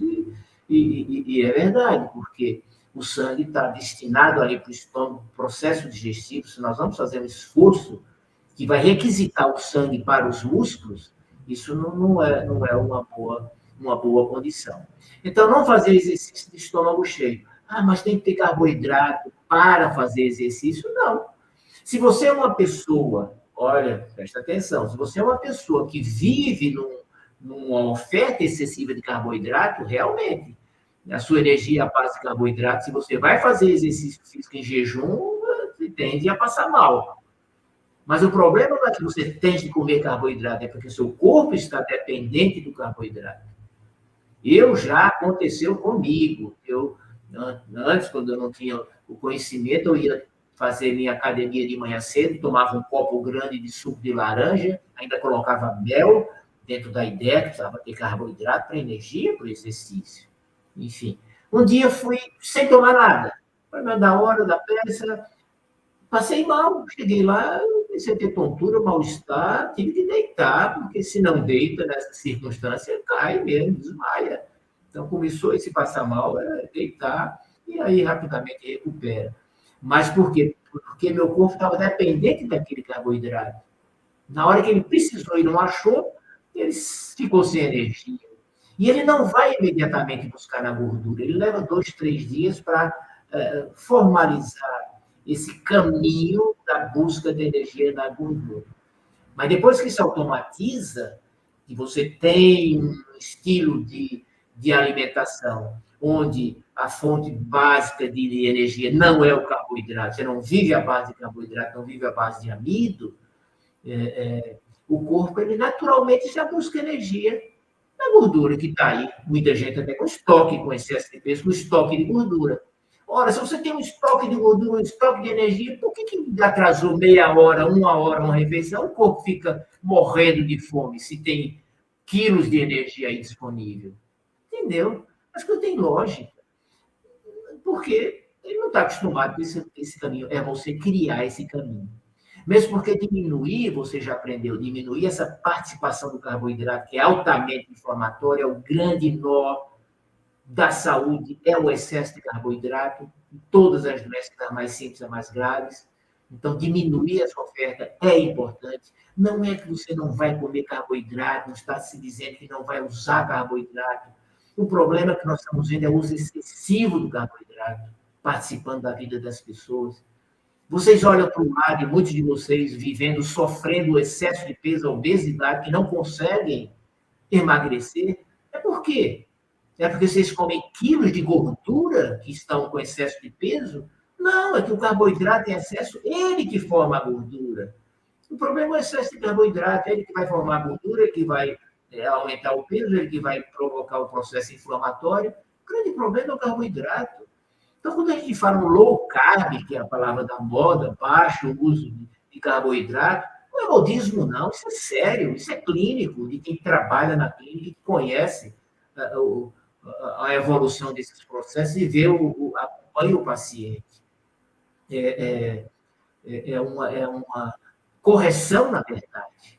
Speaker 1: e é verdade, porque o sangue está destinado ali para o estômago, processo digestivo. Se nós vamos fazer um esforço que vai requisitar o sangue para os músculos, isso não é uma boa condição. Então, não fazer exercício de estômago cheio. Mas tem que ter carboidrato para fazer exercício? Não. Se você é uma pessoa, olha, presta atenção, se você é uma pessoa que vive numa oferta excessiva de carboidrato, realmente, a sua energia é a base de carboidrato, se você vai fazer exercício físico em jejum, você tende a passar mal. Mas o problema não é que você tem que comer carboidrato, é porque seu corpo está dependente do carboidrato. Já aconteceu comigo. Antes, quando eu não tinha o conhecimento, eu ia fazer minha academia de manhã cedo, tomava um copo grande de suco de laranja, ainda colocava mel, dentro da ideia que precisava ter carboidrato para energia, para o exercício. Enfim, um dia fui sem tomar nada. Foi na hora da peça, passei mal, cheguei lá, comecei a ter tontura, mal-estar, tive que deitar, porque se não deita nessa circunstância, cai mesmo, desmaia. Então, começou esse passar mal, deitar, e aí rapidamente recupera. Mas por quê? Porque meu corpo estava dependente daquele carboidrato. Na hora que ele precisou e não achou, ele ficou sem energia. E ele não vai imediatamente buscar na gordura, ele leva 2, 3 dias para formalizar esse caminho da busca de energia na gordura. Mas depois que se automatiza, e você tem um estilo de alimentação onde a fonte básica de energia não é o carboidrato, você não vive à base de carboidrato, não vive à base de amido, o corpo ele naturalmente já busca energia na gordura que está aí. Muita gente até com estoque, com excesso de peso, com estoque de gordura. Ora, se você tem um estoque de gordura, um estoque de energia, por que atrasou meia hora, uma refeição? O corpo fica morrendo de fome se tem quilos de energia aí disponível. Entendeu? Acho que não tem lógica. Porque ele não está acostumado com esse caminho. É você criar esse caminho. Mesmo porque diminuir, você já aprendeu, diminuir essa participação do carboidrato, que é altamente inflamatório, é o grande nó da saúde, é o excesso de carboidrato, em todas as doenças, das mais simples às mais graves. Então, diminuir essa oferta é importante. Não é que você não vai comer carboidrato, não está se dizendo que não vai usar carboidrato. O problema que nós estamos vendo é o uso excessivo do carboidrato, participando da vida das pessoas. Vocês olham para o lado e muitos de vocês vivendo, sofrendo o excesso de peso, a obesidade, que não conseguem emagrecer. É por quê? É porque vocês comem quilos de gordura que estão com excesso de peso? Não, é que o carboidrato em excesso, ele que forma a gordura. O problema é o excesso de carboidrato, é ele que vai formar a gordura, que vai aumentar o peso, ele que vai provocar o processo inflamatório. O grande problema é o carboidrato. Então, quando a gente fala no low carb, que é a palavra da moda, baixo uso de carboidrato, não é modismo, não. Isso é sério, isso é clínico, de quem trabalha na clínica, que conhece a evolução desses processos e vê acompanha o paciente. É uma correção, na verdade.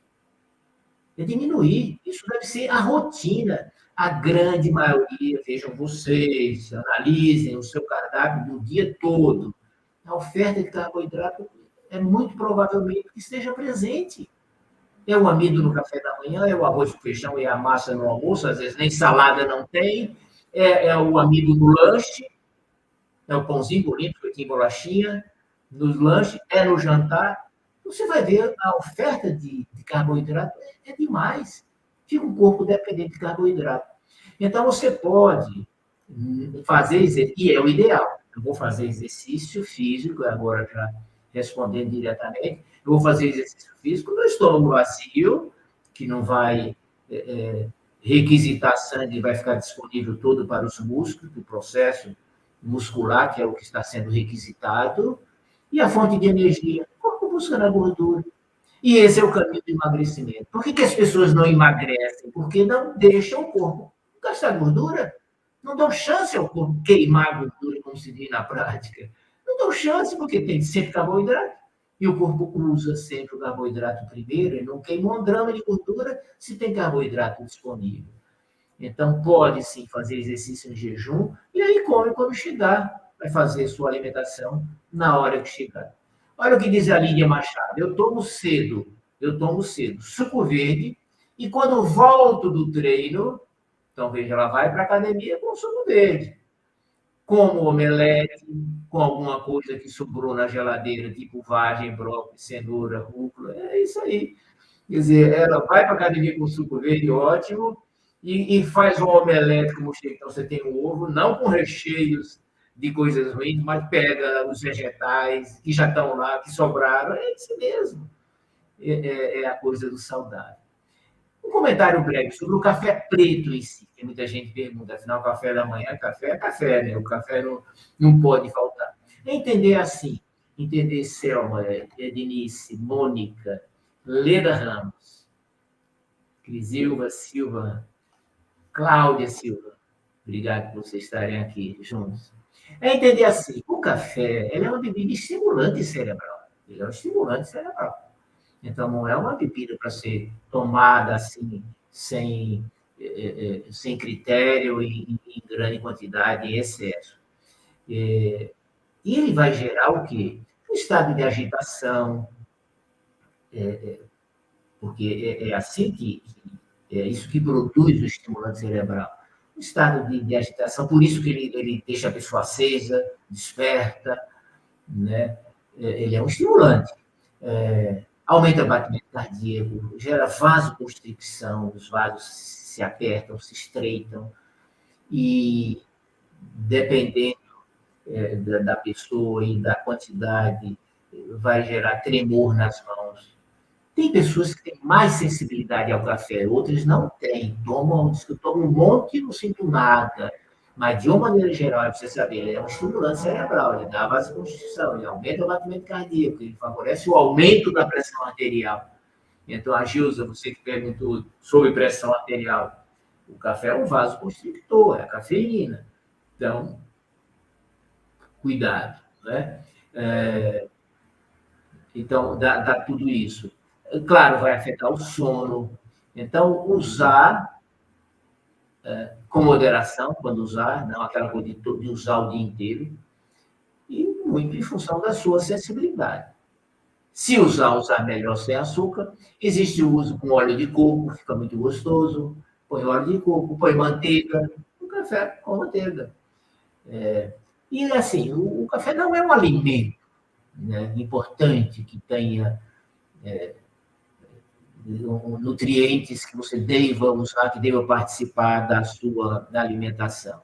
Speaker 1: É diminuir. Isso deve ser a rotina. A grande maioria, vejam vocês, analisem o seu cardápio do dia todo. A oferta de carboidrato é muito provavelmente que esteja presente. É o amido no café da manhã, é o arroz com feijão e a massa no almoço, às vezes nem salada não tem, é o amido no lanche, é o pãozinho bonito, feito em bolachinha, nos lanches, é no jantar. Você vai ver a oferta de carboidrato é demais. Fica um corpo dependente de carboidrato. Então, você pode fazer exercício, e é o ideal. Eu vou fazer exercício físico, agora já respondendo diretamente, eu vou fazer exercício físico no estômago vazio, que não vai requisitar sangue, vai ficar disponível todo para os músculos, o processo muscular, que é o que está sendo requisitado, e a fonte de energia, o corpo busca na gordura. E esse é o caminho do emagrecimento. Por que as pessoas não emagrecem? Porque não deixam o corpo gastar gordura. Não dão chance ao corpo queimar a gordura, como se diz na prática. Não dão chance, porque tem sempre carboidrato. E o corpo usa sempre o carboidrato primeiro, e não queima um grama de gordura se tem carboidrato disponível. Então, pode sim fazer exercício em jejum, e aí come quando chegar. Vai fazer sua alimentação na hora que chegar. Olha o que diz a Lídia Machado. Eu tomo cedo, suco verde, e quando volto do treino, então veja, ela vai para a academia com suco verde. Como omelete, com alguma coisa que sobrou na geladeira, tipo vagem, brócolis, cenoura, rúcula, é isso aí. Quer dizer, ela vai para a academia com suco verde, ótimo, e faz um omelete como chega. Então, você tem o ovo, não com recheios de coisas ruins, mas pega os vegetais que já estão lá, que sobraram, é isso mesmo. É a coisa do saudável. Um comentário breve sobre o café preto em si, que muita gente pergunta, afinal, café da manhã é café, né? O café não pode faltar. É entender assim, entender Selma, Denise, Mônica, Leda Ramos, Crisilva Silva, Cláudia Silva, obrigado por vocês estarem aqui juntos. É entender assim, o café ele é uma bebida estimulante cerebral. Ele é um estimulante cerebral. Então, não é uma bebida para ser tomada assim, sem critério, em grande quantidade, em excesso. E ele vai gerar o quê? Um estado de agitação, porque é assim que é isso que produz o estimulante cerebral. Um estado de agitação, por isso que ele deixa a pessoa acesa, desperta, né? Ele é um estimulante. Aumenta o batimento cardíaco, gera vasoconstricção, os vasos se apertam, se estreitam, e dependendo da pessoa e da quantidade, vai gerar tremor nas mãos. Tem pessoas que têm mais sensibilidade ao café, outras não têm. Diz que eu tomo um monte e não sinto nada. Mas, de uma maneira geral, é para você saber, ele é um estimulante cerebral, ele dá vasoconstrição, ele aumenta o batimento cardíaco, ele favorece o aumento da pressão arterial. Então, a Gilza, você que perguntou sobre pressão arterial, o café é um vasoconstrictor, é a cafeína. Então, cuidado, né? Então, dá tudo isso. Claro, vai afetar o sono. Então, usar com moderação, quando usar, não aquela coisa de usar o dia inteiro, e muito em função da sua sensibilidade. Se usar melhor sem açúcar. Existe o uso com óleo de coco, fica muito gostoso. Põe óleo de coco, põe manteiga, um café com manteiga. E assim, o café não é um alimento, né, importante que tenha nutrientes que você deva usar, que deva participar da alimentação.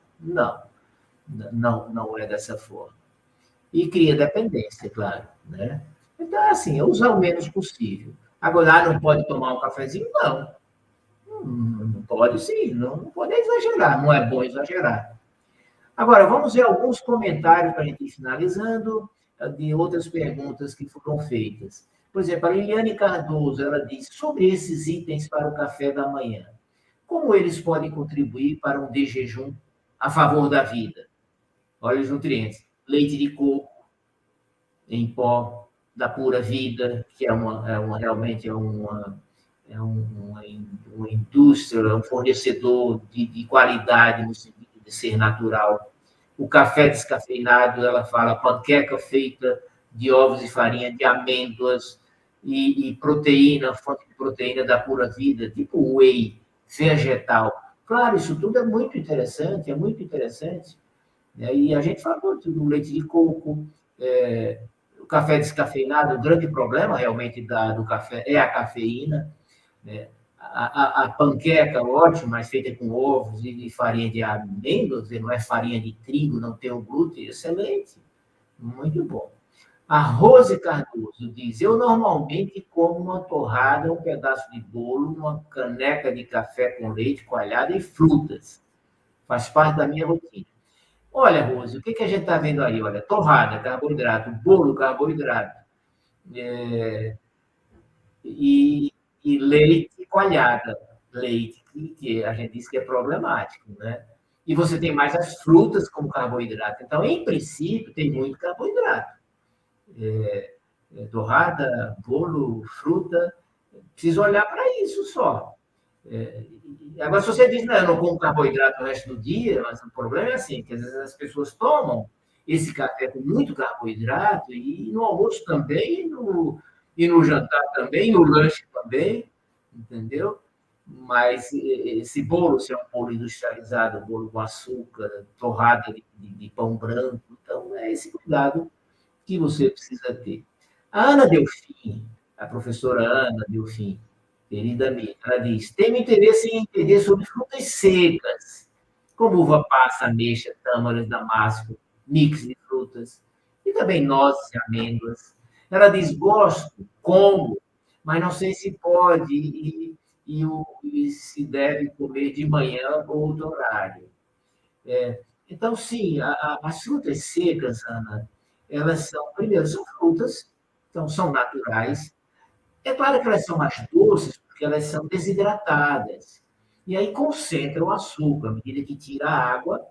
Speaker 1: Não é dessa forma. E cria dependência, claro, né? Então, assim, usar o menos possível. Agora, não pode tomar um cafezinho? Não Pode sim, não pode exagerar, não é bom exagerar. Agora, vamos ver alguns comentários para a gente ir finalizando, de outras perguntas que foram feitas. Por exemplo, a Liliane Cardoso, ela diz sobre esses itens para o café da manhã. Como eles podem contribuir para um de jejum a favor da vida? Olha os nutrientes. Leite de coco em pó, da pura vida, que realmente uma indústria, um fornecedor de qualidade no sentido de ser natural. O café descafeinado, ela fala panqueca feita de ovos e farinha de amêndoas e proteína, fonte de proteína da pura vida, tipo whey, vegetal. Claro, isso tudo é muito interessante, é muito interessante. E a gente falou do leite de coco, o café descafeinado, o grande problema realmente do café é a cafeína, né? A panqueca, ótima, mas feita com ovos e farinha de amêndoas, e não é farinha de trigo, não tem o glúten, excelente, muito bom. A Rose Cardoso diz: eu normalmente como uma torrada, um pedaço de bolo, uma caneca de café com leite coalhada e frutas. Faz parte da minha rotina. Olha, Rose, o que, que a gente está vendo aí? Olha, torrada, carboidrato, bolo, carboidrato, é, e, e leite coalhada, leite que a gente diz que é problemático, né? E você tem mais as frutas como carboidrato. Então, em princípio, tem muito carboidrato. Torrada, bolo, fruta, precisa olhar para isso só. É, agora, se você diz, não, eu não como carboidrato o resto do dia, mas o problema é assim, que às vezes as pessoas tomam esse café com muito carboidrato, e no almoço também, e no jantar também, no lanche também, entendeu? Mas esse bolo, se é um bolo industrializado, bolo com açúcar, torrada de pão branco, então é esse cuidado que você precisa ter. A Ana Delfim, a professora Ana Delfim, querida amiga, ela diz: tenho interesse em entender sobre frutas secas, como uva passa, ameixa, tâmaras, damasco, mix de frutas, e também nozes e amêndoas. Ela diz: gosto, como, mas não sei se pode e se deve comer de manhã ou outro horário. Então, sim, as frutas secas, Ana, elas são, primeiro, são frutas, então são naturais. É claro que elas são mais doces, porque elas são desidratadas. E aí concentra o açúcar. À medida que tira a água,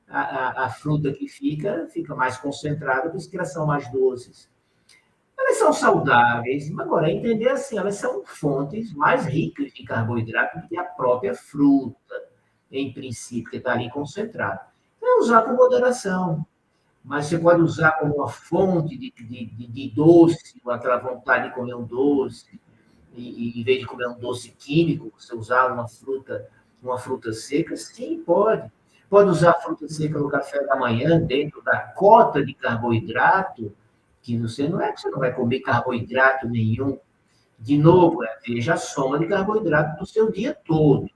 Speaker 1: a fruta que fica mais concentrada, por isso que elas são mais doces. Elas são saudáveis, agora, entender assim, elas são fontes mais ricas de carboidrato do que a própria fruta, em princípio, que está ali concentrada. Então, é usar com moderação, mas você pode usar como uma fonte de doce, aquela vontade de comer um doce, e em vez de comer um doce químico, você usar uma fruta seca, sim, pode. Pode usar a fruta seca no café da manhã, dentro da cota de carboidrato, que você não vai comer carboidrato nenhum. De novo, veja a soma de carboidrato do seu dia todo.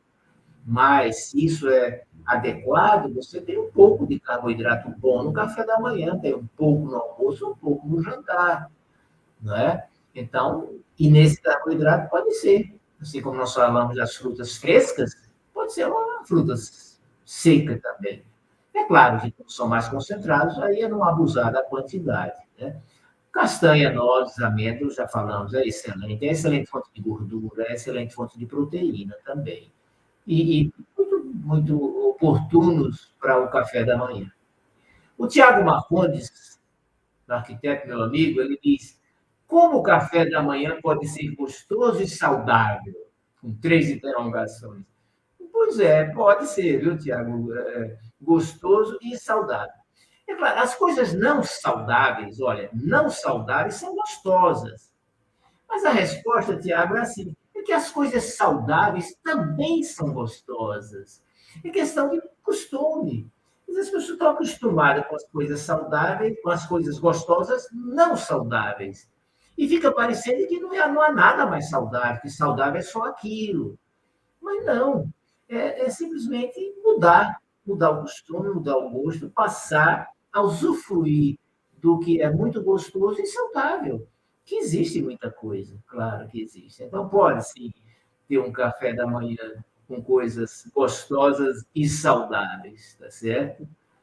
Speaker 1: Mas se isso é adequado, você tem um pouco de carboidrato bom no café da manhã, tem um pouco no almoço, um pouco no jantar, não é? Então, e nesse carboidrato pode ser, assim como nós falamos das frutas frescas, pode ser uma fruta seca também. É claro que são mais concentrados, aí é não abusar da quantidade, né? Castanha, nozes, amêndoas, já falamos, é excelente fonte de gordura, é excelente fonte de proteína também. E muito, muito oportunos para o café da manhã. O Tiago Marcondes, arquiteto, meu amigo, ele diz: como o café da manhã pode ser gostoso e saudável? Com três interrogações. Pois é, pode ser, viu, Tiago? Gostoso e saudável. É claro, as coisas não saudáveis, olha, não saudáveis são gostosas. Mas a resposta, Tiago, é assim: é que as coisas saudáveis também são gostosas. É questão de costume. As pessoas estão acostumadas com as coisas saudáveis, com as coisas gostosas não saudáveis. E fica parecendo que não há nada mais saudável, que saudável é só aquilo. Mas não. É simplesmente mudar o costume, mudar o gosto, passar a usufruir do que é muito gostoso e saudável. Que existe muita coisa, claro que existe. Então, pode sim ter um café da manhã com coisas gostosas e saudáveis, tá certo?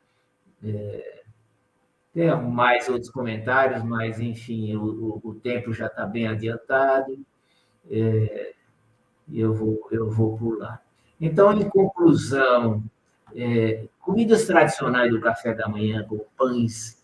Speaker 1: Tem mais outros comentários, mas, enfim, o tempo já está bem adiantado, e eu vou pular. Então, em conclusão, comidas tradicionais do café da manhã, como pães,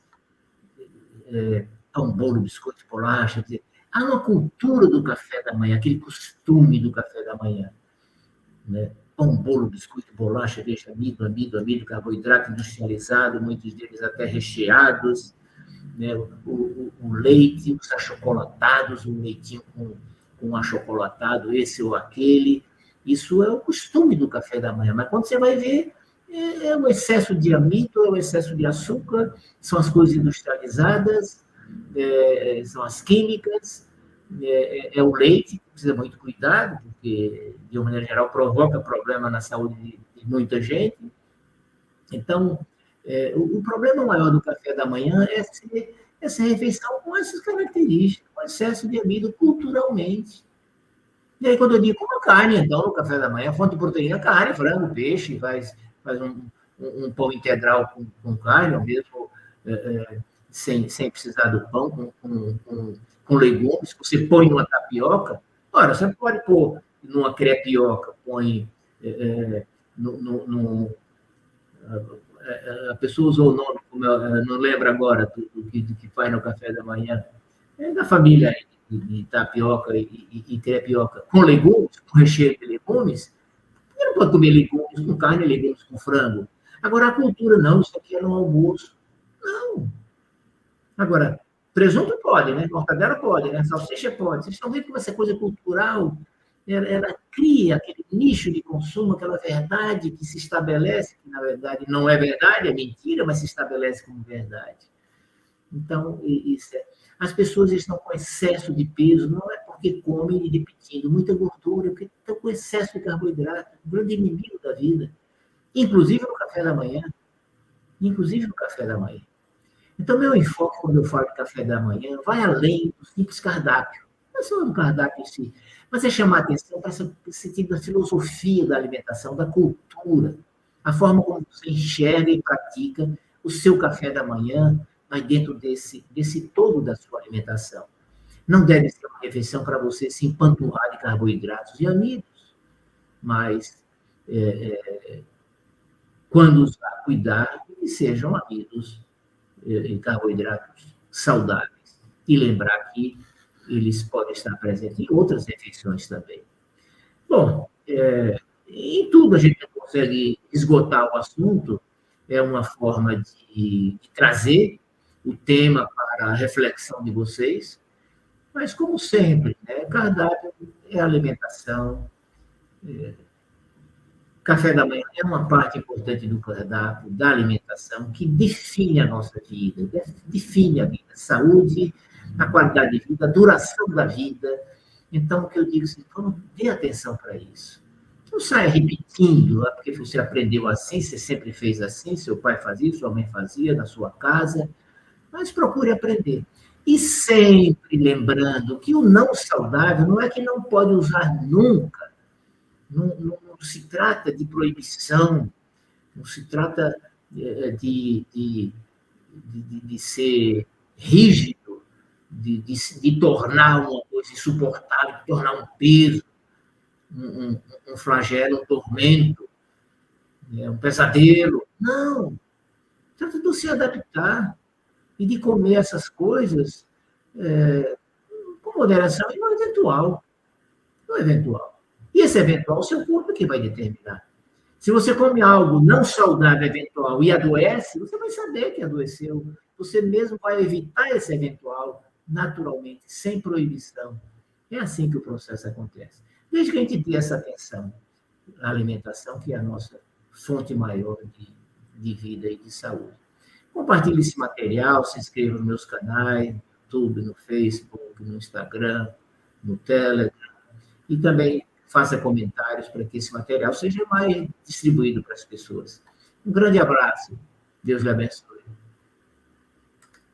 Speaker 1: pão, bolo, biscoito, bolacha, quer dizer, há uma cultura do café da manhã, aquele costume do café da manhã, né? Pão, bolo, biscoito, bolacha, deixa amido, carboidrato industrializado, muitos deles até recheados, né? O leite, os achocolatados, o leitinho com achocolatado, esse ou aquele. Isso é o costume do café da manhã. Mas quando você vai ver, é o excesso de amido, é o excesso de açúcar, são as coisas industrializadas, são as químicas, o leite, que precisa muito cuidado, porque, de uma maneira geral, provoca problema na saúde de muita gente. Então, o problema maior do café da manhã é essa refeição com essas características, com excesso de amido culturalmente. E aí, quando eu digo, coma carne, então, no café da manhã, fonte de proteína, carne, frango, peixe, faz um pão integral com carne, ou mesmo sem precisar do pão, com legumes, você põe numa tapioca. Ora, você pode pôr numa crepioca, põe no, a pessoa usou o nome, como eu não lembro agora, do que faz no café da manhã, da família de tapioca e crepioca, com legumes, com recheio de legumes. Você não pode comer legumes com carne, legumes com frango. Agora, a cultura, não, isso aqui é no almoço. Não. Agora, presunto pode, né? Mortadela pode, né? Salsicha pode. Vocês estão vendo como essa coisa cultural, ela cria aquele nicho de consumo, aquela verdade que se estabelece, que na verdade não é verdade, é mentira, mas se estabelece como verdade. Então, as pessoas estão com excesso de peso, não é porque comem, repetindo, muita gordura, porque estão com excesso de carboidrato, um grande inimigo da vida, inclusive no café da manhã. Inclusive no café da manhã. Então, meu enfoque, quando eu falo de café da manhã, vai além do simples cardápio. Não é só do cardápio em si, mas é chamar a atenção para esse tipo da filosofia da alimentação, da cultura, a forma como você enxerga e pratica o seu café da manhã, vai dentro desse todo da sua alimentação. Não deve ser uma refeição para você se empanturrar de carboidratos e amidos, mas quando usar, cuidar, que sejam amidos e carboidratos saudáveis. E lembrar que eles podem estar presentes em outras refeições também. Bom, em tudo a gente não consegue esgotar o assunto, é uma forma de trazer o tema para a reflexão de vocês, mas, como sempre, né, cardápio é alimentação, café da manhã é uma parte importante do cardápio, da alimentação, que define a nossa vida, define a vida, a saúde, a qualidade de vida, a duração da vida. Então, o que eu digo assim, vamos dê atenção para isso. Não saia repetindo, porque você aprendeu assim, você sempre fez assim, seu pai fazia, sua mãe fazia, na sua casa, mas procure aprender. E sempre lembrando que o não saudável não é que não pode usar nunca, não se trata de proibição, não se trata de ser rígido, de tornar uma coisa insuportável, de tornar um peso, um flagelo, um tormento, um pesadelo. Não. Trata de se adaptar e de comer essas coisas com moderação e no eventual. No eventual. E esse eventual, o seu corpo é que vai determinar. Se você come algo não saudável eventual e adoece, você vai saber que adoeceu. Você mesmo vai evitar esse eventual naturalmente, sem proibição. É assim que o processo acontece. Desde que a gente tenha essa atenção à alimentação, que é a nossa fonte maior de vida e de saúde. Compartilhe esse material, se inscreva nos meus canais, no YouTube, no Facebook, no Instagram, no Telegram, e também faça comentários para que esse material seja mais distribuído para as pessoas. Um grande abraço. Deus lhe abençoe.